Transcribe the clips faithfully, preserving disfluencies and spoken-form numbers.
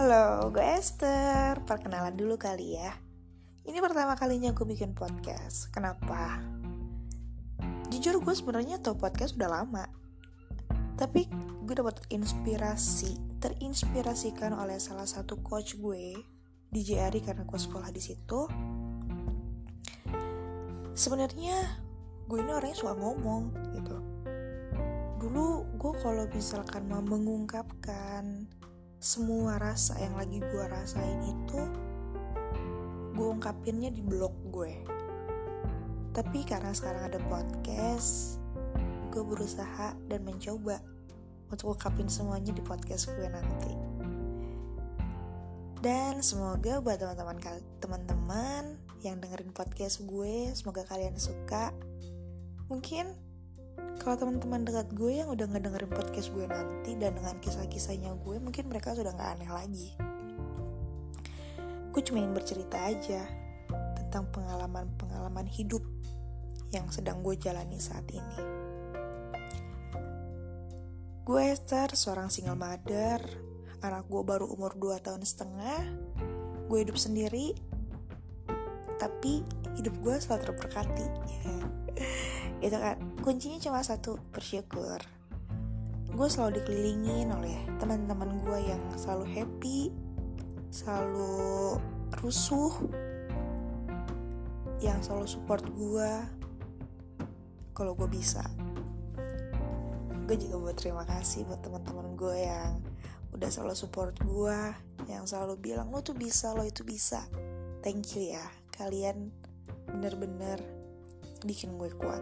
Halo, gue Esther. Perkenalan dulu kali ya. Ini pertama kalinya gue bikin podcast. Kenapa? Jujur gue sebenarnya tau podcast udah lama. Tapi gue dapat inspirasi, terinspirasikan oleh salah satu coach gue di J R I karena gue sekolah di situ. Sebenarnya gue ini orangnya suka ngomong gitu. Dulu gue kalau misalkan mau mengungkapkan semua rasa yang lagi gue rasain itu, gue ungkapinnya di blog gue. Tapi karena sekarang ada podcast, gue berusaha dan mencoba untuk ungkapin semuanya di podcast gue nanti. Dan semoga buat teman-teman teman-teman yang dengerin podcast gue, semoga kalian suka. Mungkin kalau teman-teman dekat gue yang udah ngedengerin podcast gue nanti dan dengan kisah-kisahnya gue, mungkin mereka sudah gak aneh lagi. Gue cuma ingin bercerita aja tentang pengalaman-pengalaman hidup yang sedang gue jalani saat ini. Gue Esther, seorang single mother. Anak gue baru umur dua tahun setengah. Gue hidup sendiri, tapi hidup gue selalu terberkati. Itu kan kuncinya cuma satu, bersyukur. Gue selalu dikelilingin oleh teman-teman gue yang selalu happy, selalu rusuh, yang selalu support gue kalau gue bisa. Gue juga mau terima kasih buat teman-teman gue yang udah selalu support gue, yang selalu bilang lo tuh bisa, lo itu bisa. Thank you ya, kalian bener-bener bikin gue kuat.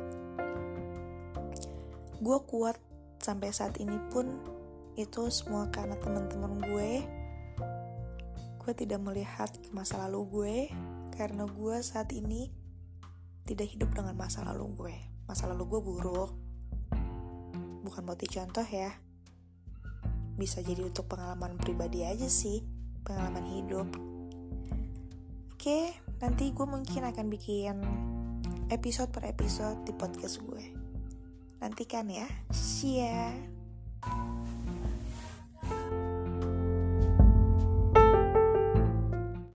Gue kuat sampai saat ini pun itu semua karena teman-teman gue. Gue tidak melihat ke masa lalu gue, karena gue saat ini tidak hidup dengan masa lalu gue. Masa lalu gue buruk, bukan buat dicontoh ya. Bisa jadi untuk pengalaman pribadi aja sih, pengalaman hidup. Oke, nanti gue mungkin akan bikin episode per episode di podcast gue. Nantikan ya. See ya.